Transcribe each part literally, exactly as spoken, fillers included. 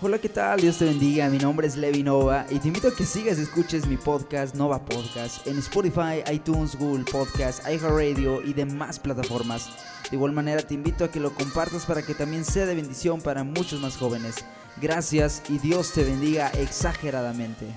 Hola, ¿qué tal? Dios te bendiga, mi nombre es Levi Nova y te invito a que sigas y escuches mi podcast Nova Podcast en Spotify, iTunes, Google Podcast, iHeartRadio y demás plataformas. De igual manera te invito a que lo compartas para que también sea de bendición para muchos más jóvenes. Gracias y Dios te bendiga exageradamente.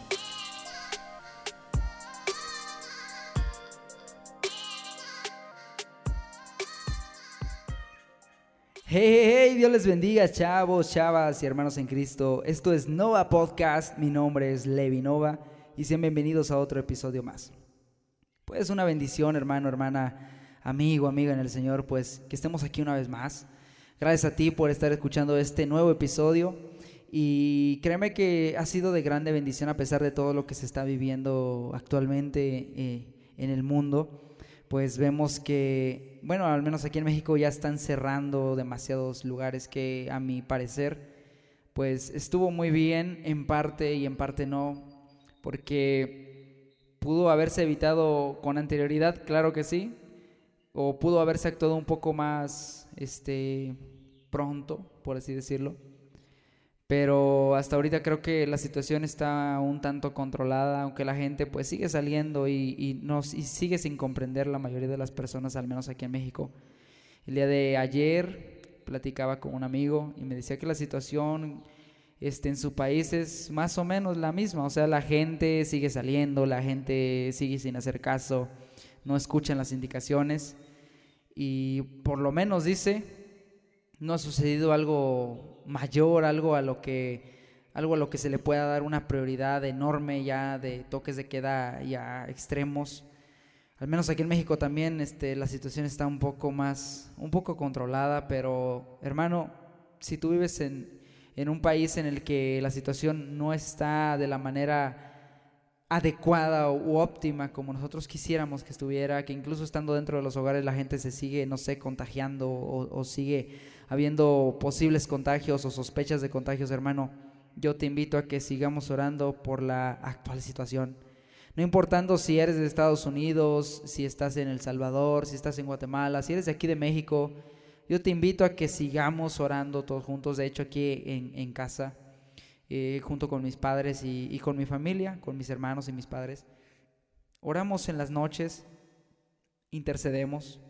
Hey, hey, hey, Dios les bendiga, chavos, chavas y hermanos en Cristo. Esto es Nova Podcast, mi nombre es Levi Nova y sean bienvenidos a otro episodio más. Pues una bendición, hermano, hermana, amigo, amiga en el Señor, pues que estemos aquí una vez más. Gracias a ti por estar escuchando este nuevo episodio y créeme que ha sido de grande bendición a pesar de todo lo que se está viviendo actualmente eh, en el mundo. Pues vemos que, bueno, al menos aquí en México ya están cerrando demasiados lugares que a mi parecer, pues estuvo muy bien en parte y en parte no, porque pudo haberse evitado con anterioridad, claro que sí, o pudo haberse actuado un poco más, este, pronto, por así decirlo. Pero hasta ahorita creo que la situación está un tanto controlada, aunque la gente pues sigue saliendo y, y, no, y sigue sin comprender la mayoría de las personas, al menos aquí en México. El día de ayer platicaba con un amigo y me decía que la situación este, en su país es más o menos la misma. O sea, la gente sigue saliendo, la gente sigue sin hacer caso, no escuchan las indicaciones y por lo menos dice, no ha sucedido algo mayor, algo a lo que algo a lo que se le pueda dar una prioridad enorme ya de toques de queda ya extremos. Al menos aquí en México también este, la situación está un poco más, un poco controlada, pero hermano, si tú vives en, en un país en el que la situación no está de la manera adecuada u óptima como nosotros quisiéramos que estuviera, que incluso estando dentro de los hogares la gente se sigue, no sé, contagiando o, o sigue habiendo posibles contagios o sospechas de contagios, hermano, yo te invito a que sigamos orando por la actual situación. No importando si eres de Estados Unidos, si estás en El Salvador, si estás en Guatemala, si eres de aquí de México, yo te invito a que sigamos orando todos juntos. De hecho, aquí en, en casa, eh, junto con mis padres y, y con mi familia, con mis hermanos y mis padres, oramos en las noches, intercedemos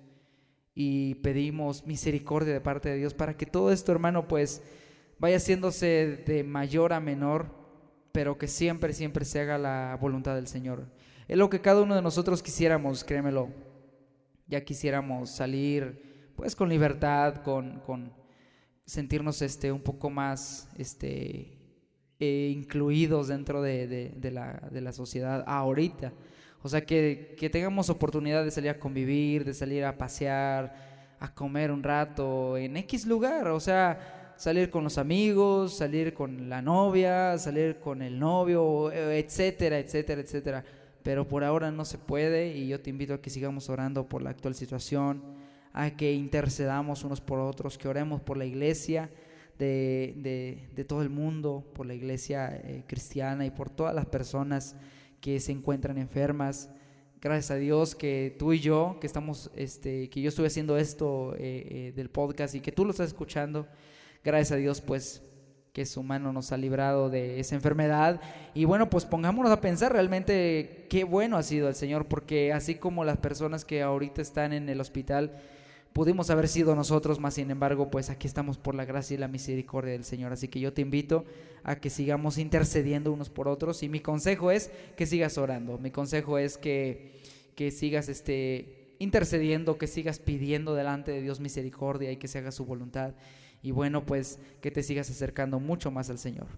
y pedimos misericordia de parte de Dios para que todo esto, hermano, pues vaya haciéndose de mayor a menor, pero que siempre, siempre se haga la voluntad del Señor. Es lo que cada uno de nosotros quisiéramos, créemelo. Ya quisiéramos salir pues con libertad, con, con sentirnos este, un poco más este, eh, incluidos dentro de, de, de, la, de la sociedad ahorita. O sea, que, que tengamos oportunidad de salir a convivir, de salir a pasear, a comer un rato en X lugar. O sea, salir con los amigos, salir con la novia, salir con el novio, etcétera, etcétera, etcétera. Pero por ahora no se puede y yo te invito a que sigamos orando por la actual situación, a que intercedamos unos por otros, que oremos por la iglesia de, de, de todo el mundo, por la iglesia eh, cristiana y por todas las personas que se encuentran enfermas. Gracias a Dios que tú y yo, que estamos, este, que yo estuve haciendo esto eh, eh, del podcast y que tú lo estás escuchando, gracias a Dios pues que su mano nos ha librado de esa enfermedad. Y bueno, pues pongámonos a pensar realmente qué bueno ha sido el Señor, porque así como las personas que ahorita están en el hospital pudimos haber sido nosotros, más sin embargo, pues aquí estamos por la gracia y la misericordia del Señor. Así que yo te invito a que sigamos intercediendo unos por otros y mi consejo es que sigas orando. Mi consejo es que, que sigas este, intercediendo, que sigas pidiendo delante de Dios misericordia y que se haga su voluntad. Y bueno, pues que te sigas acercando mucho más al Señor.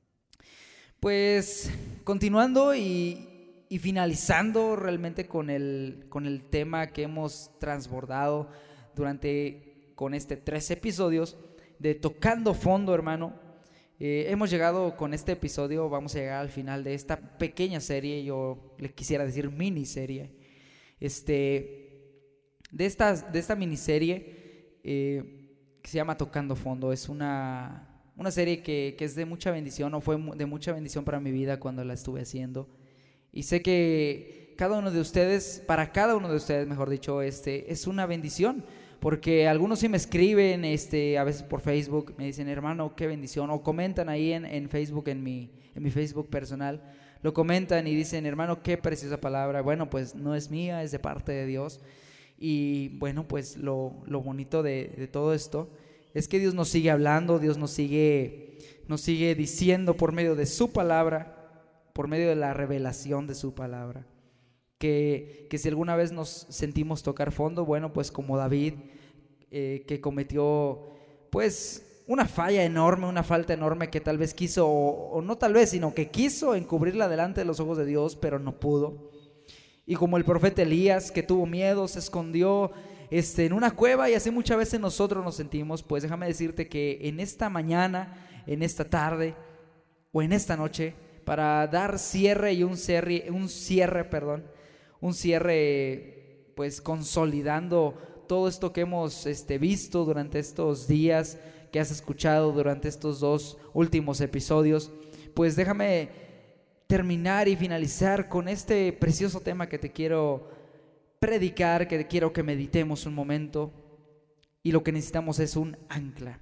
Pues continuando y, y finalizando realmente con el, con el tema que hemos transbordado durante con este tres episodios de Tocando Fondo, hermano. Eh, hemos llegado con este episodio, vamos a llegar al final de esta pequeña serie, yo le quisiera decir miniserie, este, de esta, de esta miniserie eh, que se llama Tocando Fondo. Es una, una serie que, que es de mucha bendición, o fue de mucha bendición para mi vida cuando la estuve haciendo. Y sé que cada uno de ustedes, para cada uno de ustedes, mejor dicho, este, es una bendición, porque algunos sí me escriben este, a veces por Facebook, me dicen, hermano, qué bendición, o comentan ahí en, en Facebook, en mi, en mi Facebook personal, lo comentan y dicen, hermano, qué preciosa palabra. Bueno, pues no es mía, es de parte de Dios. Y bueno, pues lo, lo bonito de, de todo esto es que Dios nos sigue hablando, Dios nos sigue, nos sigue diciendo por medio de su palabra, por medio de la revelación de su palabra, que, que si alguna vez nos sentimos tocar fondo, bueno, pues como David, eh, que cometió pues una falla enorme, una falta enorme que tal vez quiso, o, o no tal vez, sino que quiso encubrirla delante de los ojos de Dios, pero no pudo. Y como el profeta Elías, que tuvo miedo, se escondió este, en una cueva, y así muchas veces nosotros nos sentimos. Pues déjame decirte que en esta mañana, en esta tarde o en esta noche, para dar cierre y un cierre, un cierre, perdón, un cierre, pues consolidando todo esto que hemos este, visto durante estos días, que has escuchado durante estos dos últimos episodios, pues déjame terminar y finalizar con este precioso tema que te quiero predicar, que quiero que meditemos un momento, y lo que necesitamos es un ancla.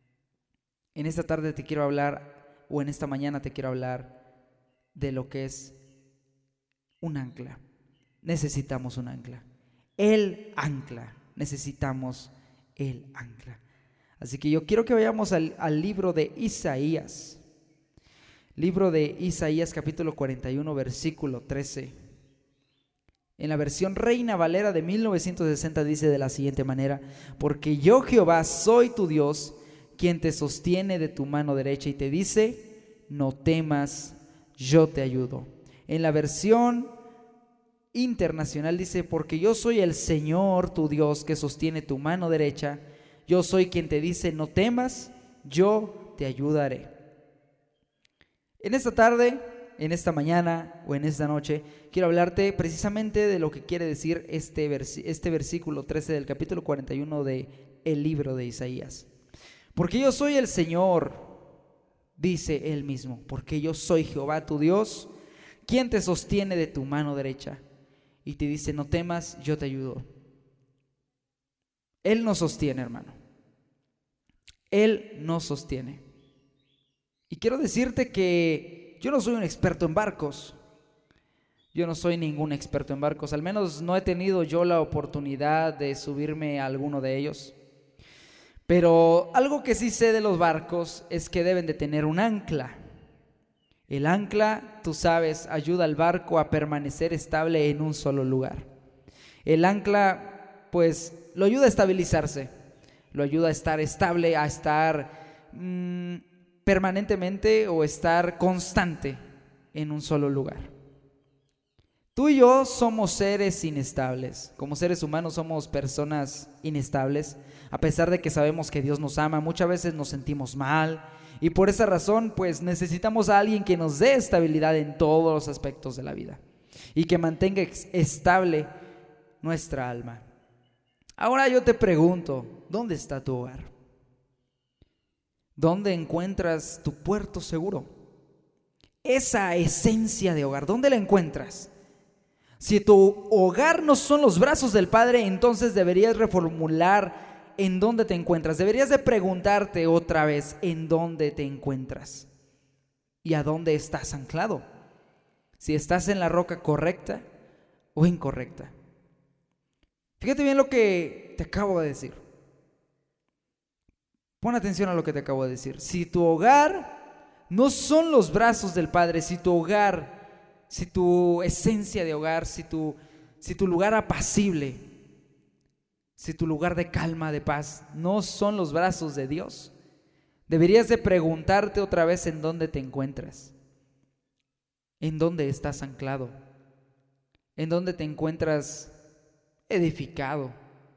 En esta tarde te quiero hablar, o en esta mañana te quiero hablar de lo que es un ancla. Necesitamos un ancla, el ancla, necesitamos el ancla. Así que yo quiero que vayamos al, al libro de Isaías, libro de Isaías capítulo cuarenta y uno, versículo trece. En la versión Reina Valera de mil novecientos sesenta dice de la siguiente manera: porque yo, Jehová, soy tu Dios, quien te sostiene de tu mano derecha y te dice, no temas, yo te ayudo. En la versión Internacional dice, porque yo soy el Señor tu Dios que sostiene tu mano derecha, yo soy quien te dice, no temas, yo te ayudaré. En esta tarde, en esta mañana o en esta noche, quiero hablarte precisamente de lo que quiere decir este, vers- este versículo trece del capítulo cuarenta y uno del libro de Isaías. Porque yo soy el Señor, dice él mismo, porque yo soy Jehová tu Dios, quien te sostiene de tu mano derecha y te dice, no temas, yo te ayudo. Él nos sostiene, hermano. Él nos sostiene. Y quiero decirte que yo no soy un experto en barcos. Yo no soy ningún experto en barcos. Al menos no he tenido yo la oportunidad de subirme a alguno de ellos. Pero algo que sí sé de los barcos es que deben de tener un ancla. El ancla, tú sabes, ayuda al barco a permanecer estable en un solo lugar. El ancla, pues, lo ayuda a estabilizarse. Lo ayuda a estar estable, a estar mmm, permanentemente o estar constante en un solo lugar. Tú y yo somos seres inestables. Como seres humanos somos personas inestables. A pesar de que sabemos que Dios nos ama, muchas veces nos sentimos mal. Y por esa razón, pues necesitamos a alguien que nos dé estabilidad en todos los aspectos de la vida y que mantenga estable nuestra alma. Ahora yo te pregunto, ¿dónde está tu hogar? ¿Dónde encuentras tu puerto seguro? Esa esencia de hogar, ¿dónde la encuentras? Si tu hogar no son los brazos del Padre, entonces deberías reformular en dónde te encuentras. Deberías de preguntarte otra vez en dónde te encuentras y a dónde estás anclado. Si estás en la roca correcta o incorrecta. Fíjate bien lo que te acabo de decir. Pon atención a lo que te acabo de decir. Si tu hogar no son los brazos del Padre, si tu hogar, si tu esencia de hogar, si tu, si tu lugar apacible, si tu lugar de calma, de paz, no son los brazos de Dios, deberías de preguntarte otra vez en dónde te encuentras, en dónde estás anclado, en dónde te encuentras edificado,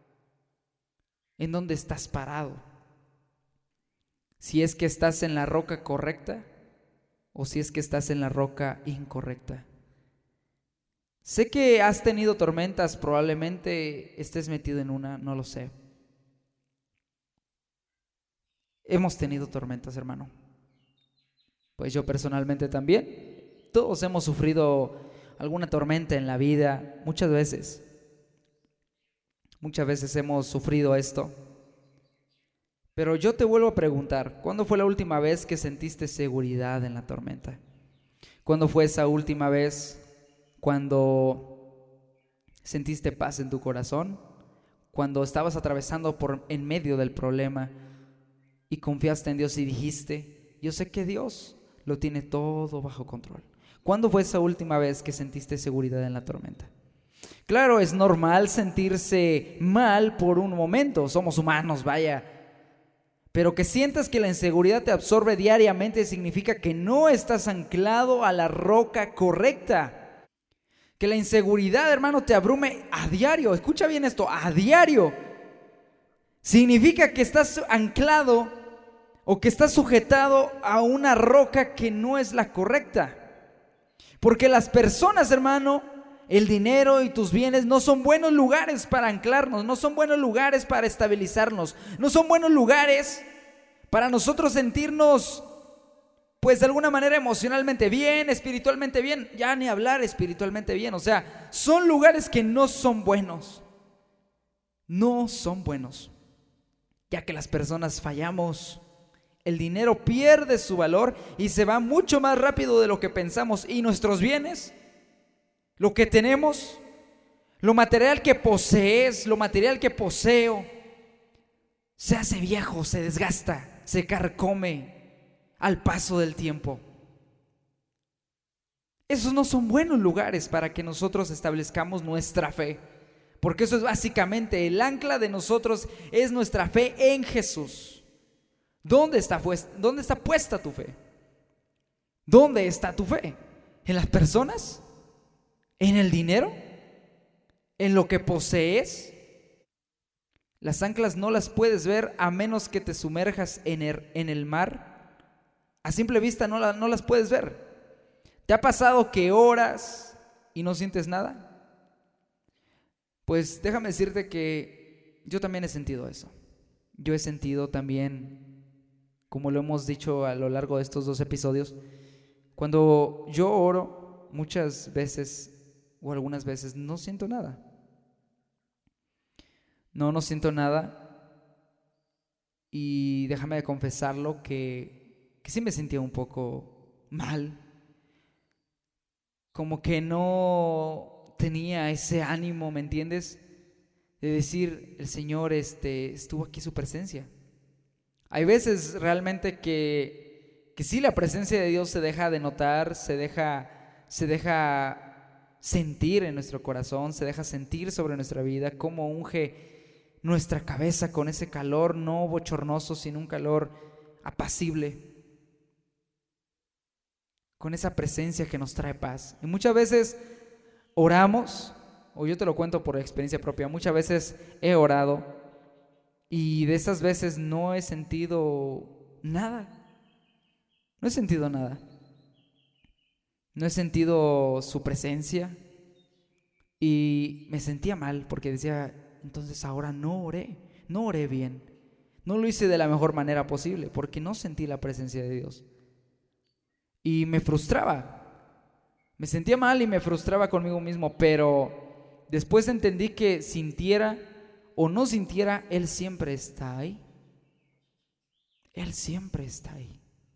en dónde estás parado. Si es que estás en la roca correcta o si es que estás en la roca incorrecta. Sé que has tenido tormentas, probablemente estés metido en una, no lo sé. Hemos tenido tormentas, hermano. Pues yo personalmente también. Todos hemos sufrido alguna tormenta en la vida, muchas veces. Muchas veces hemos sufrido esto. Pero yo te vuelvo a preguntar, ¿cuándo fue la última vez que sentiste seguridad en la tormenta? ¿Cuándo fue esa última vez cuando sentiste paz en tu corazón? Cuando estabas atravesando por en medio del problema y confiaste en Dios y dijiste, yo sé que Dios lo tiene todo bajo control. ¿Cuándo fue esa última vez que sentiste seguridad en la tormenta? Claro, es normal sentirse mal por un momento, somos humanos, vaya. Pero que sientas que la inseguridad te absorbe diariamente significa que no estás anclado a la roca correcta. Que la inseguridad, hermano, te abrume a diario. Escucha bien esto, a diario. Significa que estás anclado o que estás sujetado a una roca que no es la correcta. Porque las personas, hermano, el dinero y tus bienes no son buenos lugares para anclarnos, no son buenos lugares para estabilizarnos, no son buenos lugares para nosotros sentirnos, pues de alguna manera emocionalmente bien, espiritualmente bien, ya ni hablar espiritualmente bien. O sea, son lugares que no son buenos, no son buenos, ya que las personas fallamos. El dinero pierde su valor y se va mucho más rápido de lo que pensamos, y nuestros bienes, lo que tenemos, lo material que posees, lo material que poseo, se hace viejo, se desgasta, se carcome al paso del tiempo. Esos no son buenos lugares para que nosotros establezcamos nuestra fe, porque eso es básicamente el ancla de nosotros, es nuestra fe en Jesús. ¿Dónde está, ¿Dónde está puesta tu fe? ¿Dónde está tu fe? ¿En las personas? ¿En el dinero? ¿En lo que posees? Las anclas no las puedes ver a menos que te sumerjas en el, en el mar. A simple vista no, la, no las puedes ver. ¿Te ha pasado que oras y no sientes nada? Pues déjame decirte que yo también he sentido eso. Yo he sentido también, como lo hemos dicho a lo largo de estos dos episodios, cuando yo oro, muchas veces o algunas veces no siento nada. No, no siento nada. Y déjame confesarlo que, que sí me sentía un poco mal. Como que no tenía ese ánimo, ¿me entiendes? De decir, el Señor este, estuvo aquí, su presencia. Hay veces realmente que, que sí, la presencia de Dios se deja de notar, se deja, se deja sentir en nuestro corazón, se deja sentir sobre nuestra vida, como unge nuestra cabeza con ese calor no bochornoso, sino un calor apacible, con esa presencia que nos trae paz. Y muchas veces oramos, o yo te lo cuento por experiencia propia, muchas veces he orado y de esas veces no he sentido nada, no he sentido nada, no he sentido su presencia y me sentía mal porque decía, entonces ahora no oré, no oré bien, no lo hice de la mejor manera posible porque no sentí la presencia de Dios. Y me frustraba, me sentía mal y me frustraba conmigo mismo, pero después entendí que sintiera o no sintiera, Él siempre está ahí. Él siempre está ahí.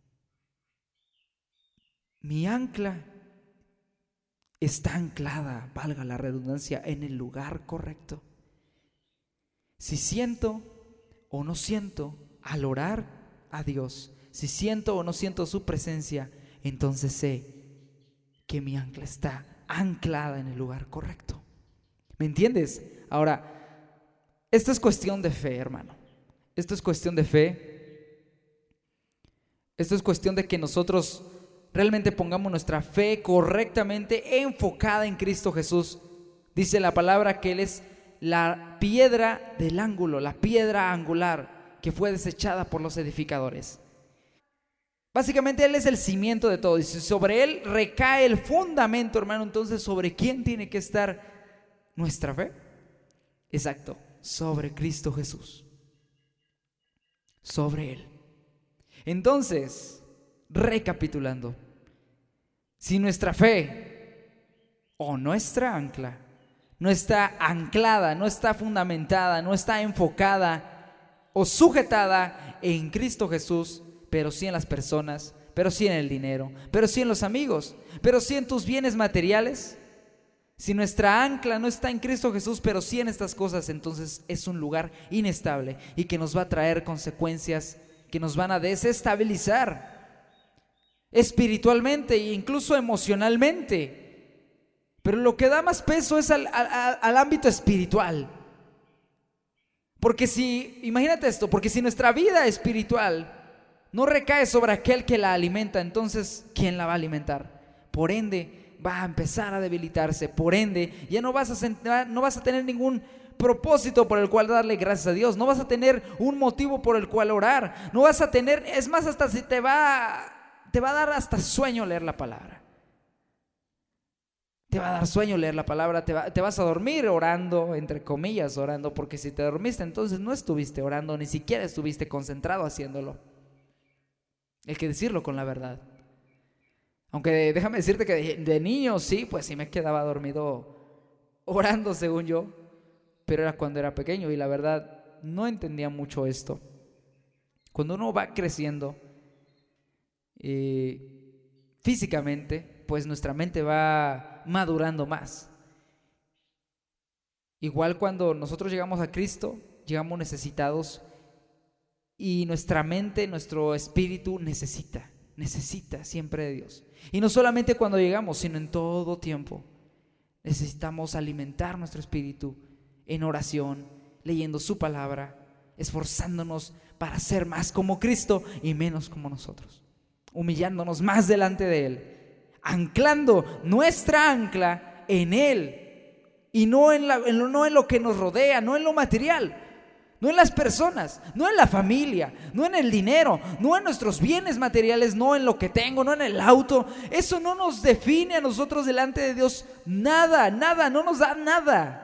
Mi ancla está anclada, valga la redundancia, en el lugar correcto. Si siento o no siento al orar a Dios, si siento o no siento su presencia, entonces sé que mi ancla está anclada en el lugar correcto. ¿Me entiendes? Ahora, esto es cuestión de fe, hermano. Esto es cuestión de fe. Esto es cuestión de que nosotros realmente pongamos nuestra fe correctamente enfocada en Cristo Jesús. Dice la palabra que Él es la piedra del ángulo, la piedra angular que fue desechada por los edificadores. Básicamente Él es el cimiento de todo, y si sobre Él recae el fundamento, hermano, entonces ¿sobre quién tiene que estar nuestra fe? Exacto, sobre Cristo Jesús, sobre Él. Entonces, recapitulando, si nuestra fe o nuestra ancla no está anclada, no está fundamentada, no está enfocada o sujetada en Cristo Jesús, pero sí en las personas, pero sí en el dinero, pero sí en los amigos, pero sí en tus bienes materiales. Si nuestra ancla no está en Cristo Jesús, pero sí en estas cosas, entonces es un lugar inestable y que nos va a traer consecuencias que nos van a desestabilizar espiritualmente e incluso emocionalmente. Pero lo que da más peso es al, al, al ámbito espiritual. Porque si, imagínate esto, porque si nuestra vida espiritual no recae sobre aquel que la alimenta, entonces ¿quién la va a alimentar? Por ende, va a empezar a debilitarse. Por ende, ya no vas a sentar, no vas a tener ningún propósito por el cual darle gracias a Dios. No vas a tener un motivo por el cual orar. No vas a tener, es más, hasta si te va, te va a dar hasta sueño leer la palabra. Te va a dar sueño leer la palabra, te, va, te vas a dormir orando, entre comillas orando, porque si te dormiste entonces no estuviste orando, ni siquiera estuviste concentrado haciéndolo. Hay que decirlo con la verdad. Aunque de, déjame decirte que de, de niño sí, pues sí me quedaba dormido orando según yo, pero era cuando era pequeño y la verdad no entendía mucho esto. Cuando uno va creciendo eh, físicamente, pues nuestra mente va madurando más. Igual cuando nosotros llegamos a Cristo, llegamos necesitados y nuestra mente, nuestro espíritu necesita, necesita siempre de Dios. Y no solamente cuando llegamos, sino en todo tiempo. Necesitamos alimentar nuestro espíritu en oración, leyendo su palabra, esforzándonos para ser más como Cristo y menos como nosotros, humillándonos más delante de Él, anclando nuestra ancla en Él y no en, la, en lo, no en lo que nos rodea, no en lo material, no en las personas, no en la familia, no en el dinero, no en nuestros bienes materiales, no en lo que tengo, no en el auto. Eso no nos define a nosotros delante de Dios nada, nada, no nos da nada.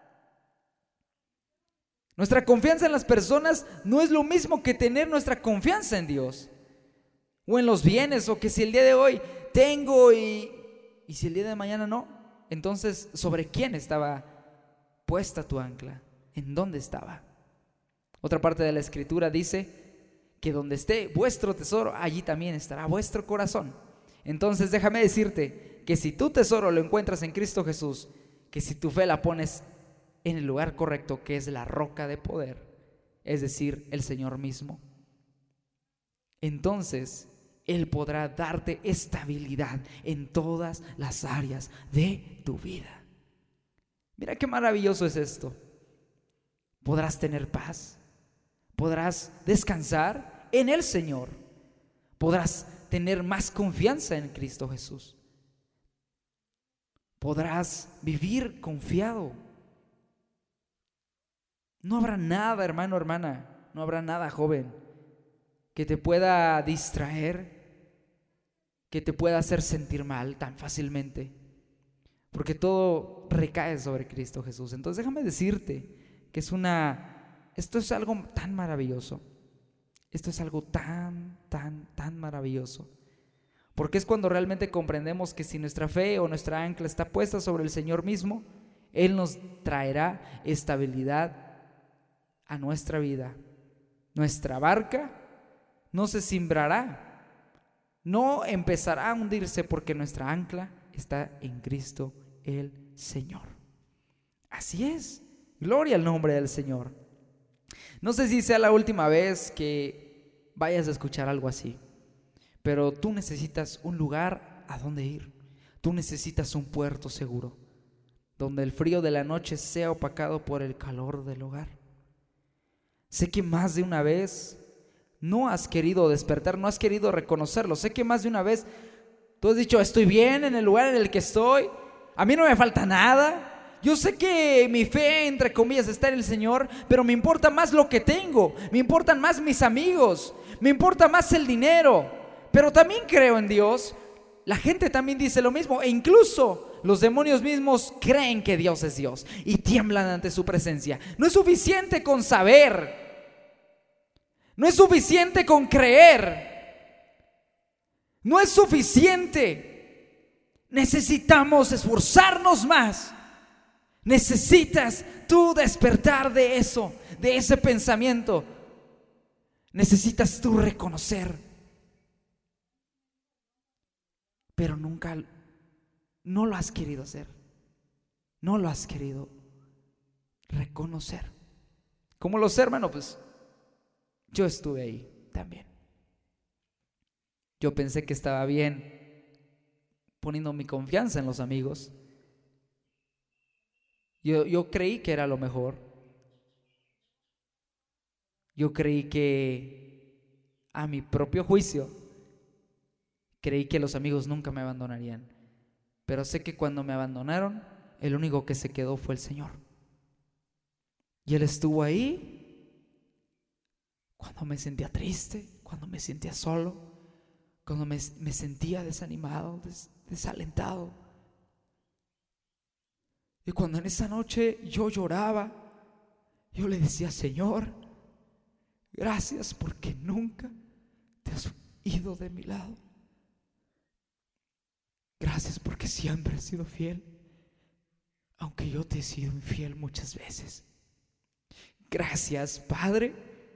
Nuestra confianza en las personas no es lo mismo que tener nuestra confianza en Dios o en los bienes, o que si el día de hoy tengo y, y si el día de mañana no, entonces ¿sobre quién estaba puesta tu ancla? ¿En dónde estaba? Otra parte de la escritura dice que donde esté vuestro tesoro, allí también estará vuestro corazón. Entonces déjame decirte que si tu tesoro lo encuentras en Cristo Jesús, que si tu fe la pones en el lugar correcto, que es la roca de poder, es decir, el Señor mismo, entonces Él podrá darte estabilidad en todas las áreas de tu vida. Mira qué maravilloso es esto. Podrás tener paz, podrás descansar en el Señor, podrás tener más confianza en Cristo Jesús, podrás vivir confiado. No habrá nada, hermano, hermana, no habrá nada, joven, que te pueda distraer, que te pueda hacer sentir mal tan fácilmente, porque todo recae sobre Cristo Jesús. Entonces déjame decirte que es una, esto es algo tan maravilloso, esto es algo tan, tan, tan maravilloso, porque es cuando realmente comprendemos que si nuestra fe o nuestra ancla está puesta sobre el Señor mismo, Él nos traerá estabilidad a nuestra vida. Nuestra barca no se cimbrará, no empezará a hundirse, porque nuestra ancla está en Cristo el Señor. Así es, gloria al nombre del Señor. No sé si sea la última vez que vayas a escuchar algo así, pero tú necesitas un lugar a donde ir. Tú necesitas un puerto seguro, donde el frío de la noche sea opacado por el calor del hogar. Sé que más de una vez no has querido despertar, no has querido reconocerlo. Sé que más de una vez tú has dicho: estoy bien en el lugar en el que estoy, a mí no me falta nada. Yo sé que mi fe, entre comillas, está en el Señor, pero me importa más lo que tengo, me importan más mis amigos, me importa más el dinero, pero también creo en Dios. La gente también dice lo mismo, e incluso los demonios mismos creen que Dios es Dios y tiemblan ante su presencia. No es suficiente con saber, no es suficiente con creer, no es suficiente. Necesitamos esforzarnos más, Necesitas tú despertar de eso, de ese pensamiento. Necesitas tú reconocer. Pero nunca, no lo has querido hacer. No lo has querido reconocer. ¿Cómo lo sé, hermano? Pues yo estuve ahí también. Yo pensé que estaba bien poniendo mi confianza en los amigos. Yo, yo creí que era lo mejor. Yo creí que, a mi propio juicio, creí que los amigos nunca me abandonarían. Pero sé que cuando me abandonaron, el único que se quedó fue el Señor. Y Él estuvo ahí cuando me sentía triste, cuando me sentía solo, cuando me, me sentía desanimado, des, desalentado. Y cuando en esa noche yo lloraba, yo le decía: Señor, gracias porque nunca te has ido de mi lado. Gracias porque siempre has sido fiel, aunque yo te he sido infiel muchas veces. Gracias, Padre.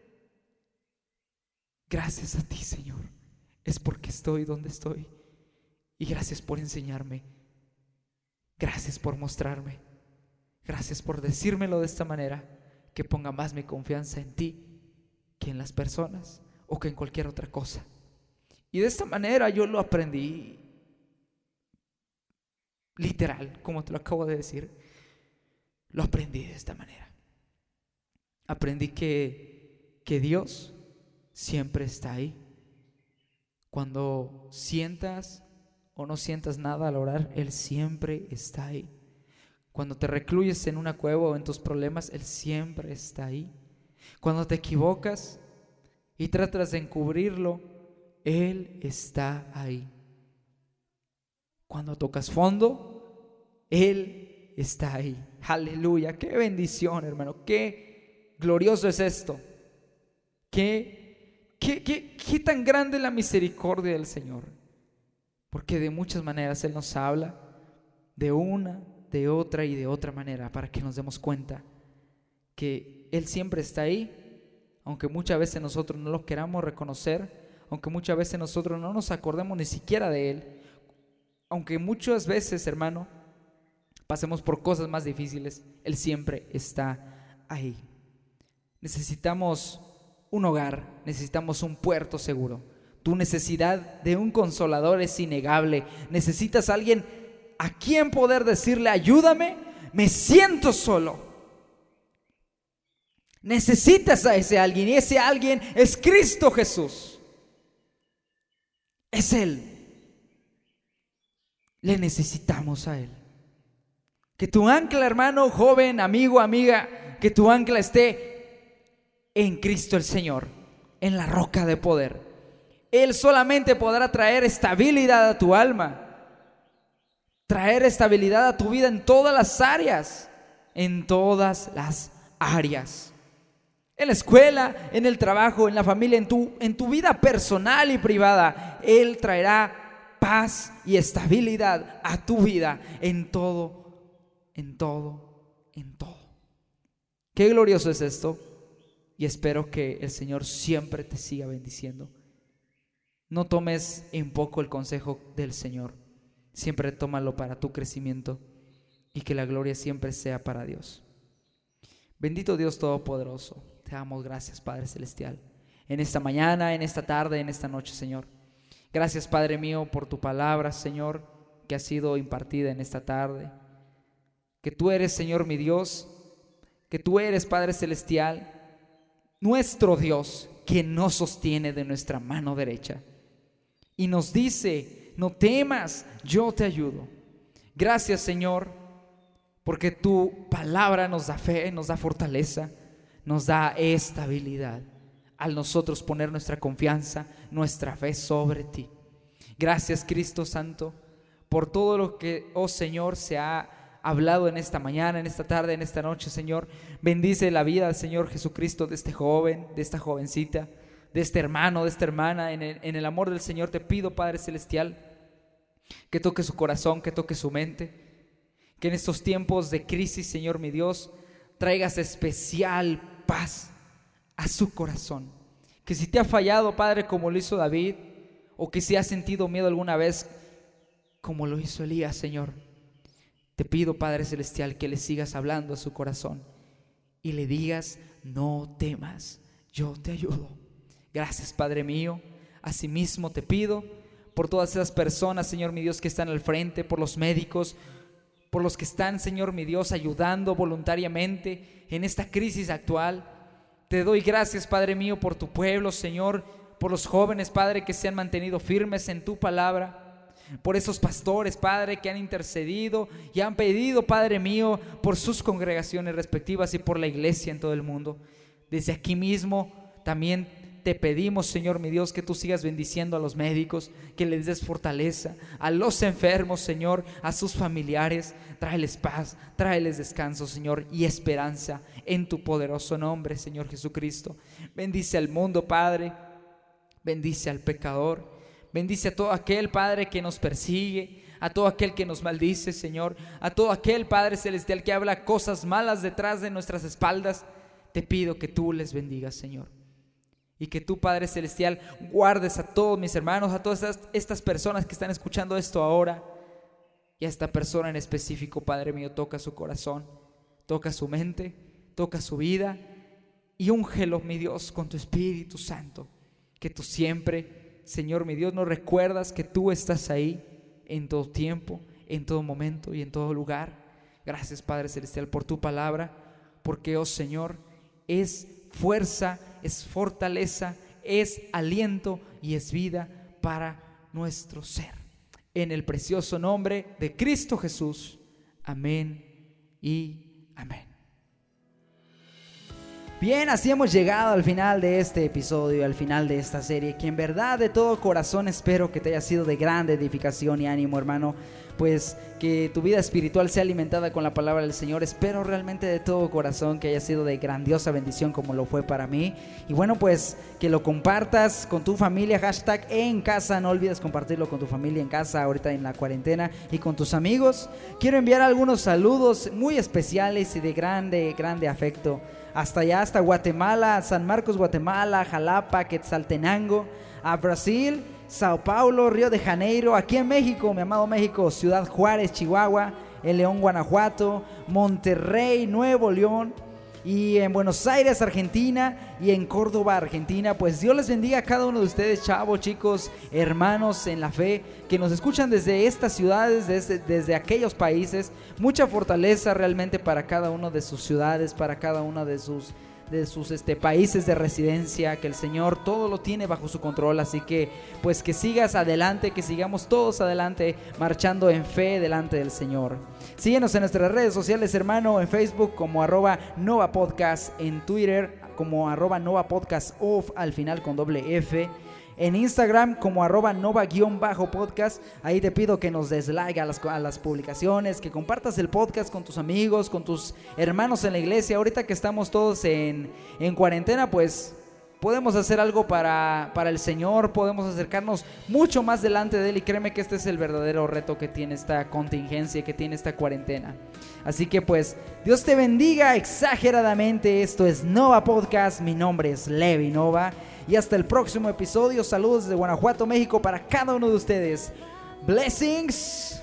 Gracias a ti, Señor. Es porque estoy donde estoy. Y gracias por enseñarme. Gracias por mostrarme. Gracias por decírmelo de esta manera, que ponga más mi confianza en ti que en las personas o que en cualquier otra cosa. Y de esta manera yo lo aprendí, literal, como te lo acabo de decir. Lo aprendí de esta manera. Aprendí que, que Dios siempre está ahí. Cuando sientas o no sientas nada al orar, Él siempre está ahí. Cuando te recluyes en una cueva o en tus problemas, Él siempre está ahí. Cuando te equivocas y tratas de encubrirlo, Él está ahí. Cuando tocas fondo, Él está ahí. Aleluya, qué bendición, hermano. Qué glorioso es esto. Qué, qué, qué, qué tan grande es la misericordia del Señor. Porque de muchas maneras Él nos habla, de una, de otra y de otra manera, para que nos demos cuenta que Él siempre está ahí, aunque muchas veces nosotros no lo queramos reconocer, aunque muchas veces nosotros no nos acordemos ni siquiera de Él, aunque muchas veces, hermano, pasemos por cosas más difíciles, Él siempre está ahí. Necesitamos un hogar, necesitamos un puerto seguro. Tu necesidad de un consolador es innegable. Necesitas a alguien a quien poder decirle: ayúdame, me siento solo. Necesitas a ese alguien, y ese alguien es Cristo Jesús. Es Él. Le necesitamos a Él. Que tu ancla, hermano, joven, amigo, amiga, que tu ancla esté en Cristo el Señor, en la roca de poder. Él solamente podrá traer estabilidad a tu alma, traer estabilidad a tu vida en todas las áreas, en todas las áreas. En la escuela, en el trabajo, en la familia, en tu, en tu vida personal y privada. Él traerá paz y estabilidad a tu vida en todo, en todo, en todo. Qué glorioso es esto, y espero que el Señor siempre te siga bendiciendo. No tomes en poco el consejo del Señor. Siempre tómalo para tu crecimiento, y que la gloria siempre sea para Dios. Bendito Dios Todopoderoso, te damos gracias, Padre Celestial, en esta mañana, en esta tarde, en esta noche, Señor. Gracias, Padre mío, por tu palabra, Señor, que ha sido impartida en esta tarde. Que tú eres, Señor, mi Dios, que tú eres, Padre Celestial, nuestro Dios, quien nos sostiene de nuestra mano derecha y nos dice: no temas, yo te ayudo. Gracias, Señor, porque tu palabra nos da fe, nos da fortaleza, nos da estabilidad al nosotros poner nuestra confianza, nuestra fe sobre ti. Gracias, Cristo Santo, por todo lo que, oh Señor, se ha hablado en esta mañana, en esta tarde, en esta noche, Señor. Bendice la vida del Señor Jesucristo, de este joven, de esta jovencita, de este hermano, de esta hermana. En el, en el amor del Señor te pido, Padre Celestial, que toque su corazón, que toque su mente, Que en estos tiempos de crisis, Señor mi Dios, traigas especial paz a su corazón. Que si te ha fallado, Padre, como lo hizo David, o que si has sentido miedo alguna vez, como lo hizo Elías, Señor, te pido, Padre Celestial, que le sigas hablando a su corazón y le digas: no temas, yo te ayudo. Gracias, Padre mío. Asimismo te pido por todas esas personas, Señor mi Dios, que están al frente, por los médicos, por los que están, Señor mi Dios, ayudando voluntariamente en esta crisis actual. Te doy gracias, Padre mío, por tu pueblo, Señor, por los jóvenes, Padre, que se han mantenido firmes en tu palabra, por esos pastores, Padre, que han intercedido y han pedido, Padre mío, por sus congregaciones respectivas y por la iglesia en todo el mundo. Desde aquí mismo también te pedimos, Señor mi Dios, que tú sigas bendiciendo a los médicos, que les des fortaleza, a los enfermos, Señor, a sus familiares. Tráeles paz, tráeles descanso, Señor, y esperanza en tu poderoso nombre, Señor Jesucristo. Bendice al mundo, Padre, bendice al pecador, bendice a todo aquel, Padre, que nos persigue, a todo aquel que nos maldice, Señor, a todo aquel, Padre Celestial, que habla cosas malas detrás de nuestras espaldas. Te pido que tú les bendigas, Señor. Y que tú, Padre Celestial, guardes a todos mis hermanos, a todas estas, estas personas que están escuchando esto ahora. Y a esta persona en específico, Padre mío, toca su corazón, toca su mente, toca su vida. Y úngelo, mi Dios, con tu Espíritu Santo. Que tú siempre, Señor mi Dios, nos recuerdas que tú estás ahí en todo tiempo, en todo momento y en todo lugar. Gracias, Padre Celestial, por tu palabra. Porque, oh Señor, es fuerza, es fortaleza, es aliento y es vida para nuestro ser. En el precioso nombre de Cristo Jesús. Amén y amén. Bien, así hemos llegado al final de este episodio, al final de esta serie, que en verdad de todo corazón espero que te haya sido de grande edificación y ánimo, hermano. Pues que tu vida espiritual sea alimentada con la palabra del Señor. Espero realmente de todo corazón que haya sido de grandiosa bendición como lo fue para mí. Y bueno, pues que lo compartas con tu familia, hashtag en casa. No olvides compartirlo con tu familia en casa ahorita en la cuarentena y con tus amigos. Quiero enviar algunos saludos muy especiales y de grande, grande afecto. Hasta allá, hasta Guatemala, San Marcos, Guatemala, Jalapa, Quetzaltenango, a Brasil, Sao Paulo, Río de Janeiro, aquí en México, mi amado México, Ciudad Juárez, Chihuahua, en León, Guanajuato, Monterrey, Nuevo León, y en Buenos Aires, Argentina, y en Córdoba, Argentina. Pues Dios les bendiga a cada uno de ustedes, chavos, chicos, hermanos en la fe, que nos escuchan desde estas ciudades, desde, desde aquellos países. Mucha fortaleza realmente para cada uno de sus ciudades, para cada uno de sus de sus este, países de residencia, que el Señor todo lo tiene bajo su control. Así que pues que sigas adelante, que sigamos todos adelante, marchando en fe delante del Señor. Síguenos en nuestras redes sociales, hermano, en Facebook como arroba Nova Podcast, en Twitter como arroba Nova Podcast Off, al final con doble F, en Instagram como arroba Nova-podcast. Ahí te pido que nos des like a las, a las publicaciones, que compartas el podcast con tus amigos, con tus hermanos en la iglesia. Ahorita que estamos todos en, en cuarentena, pues podemos hacer algo para, para el Señor, podemos acercarnos mucho más delante de Él, y créeme que este es el verdadero reto que tiene esta contingencia, que tiene esta cuarentena. Así que pues Dios te bendiga exageradamente. Esto es Nova Podcast, mi nombre es Levi Nova, y hasta el próximo episodio. Saludos desde Guanajuato, México, para cada uno de ustedes. Blessings.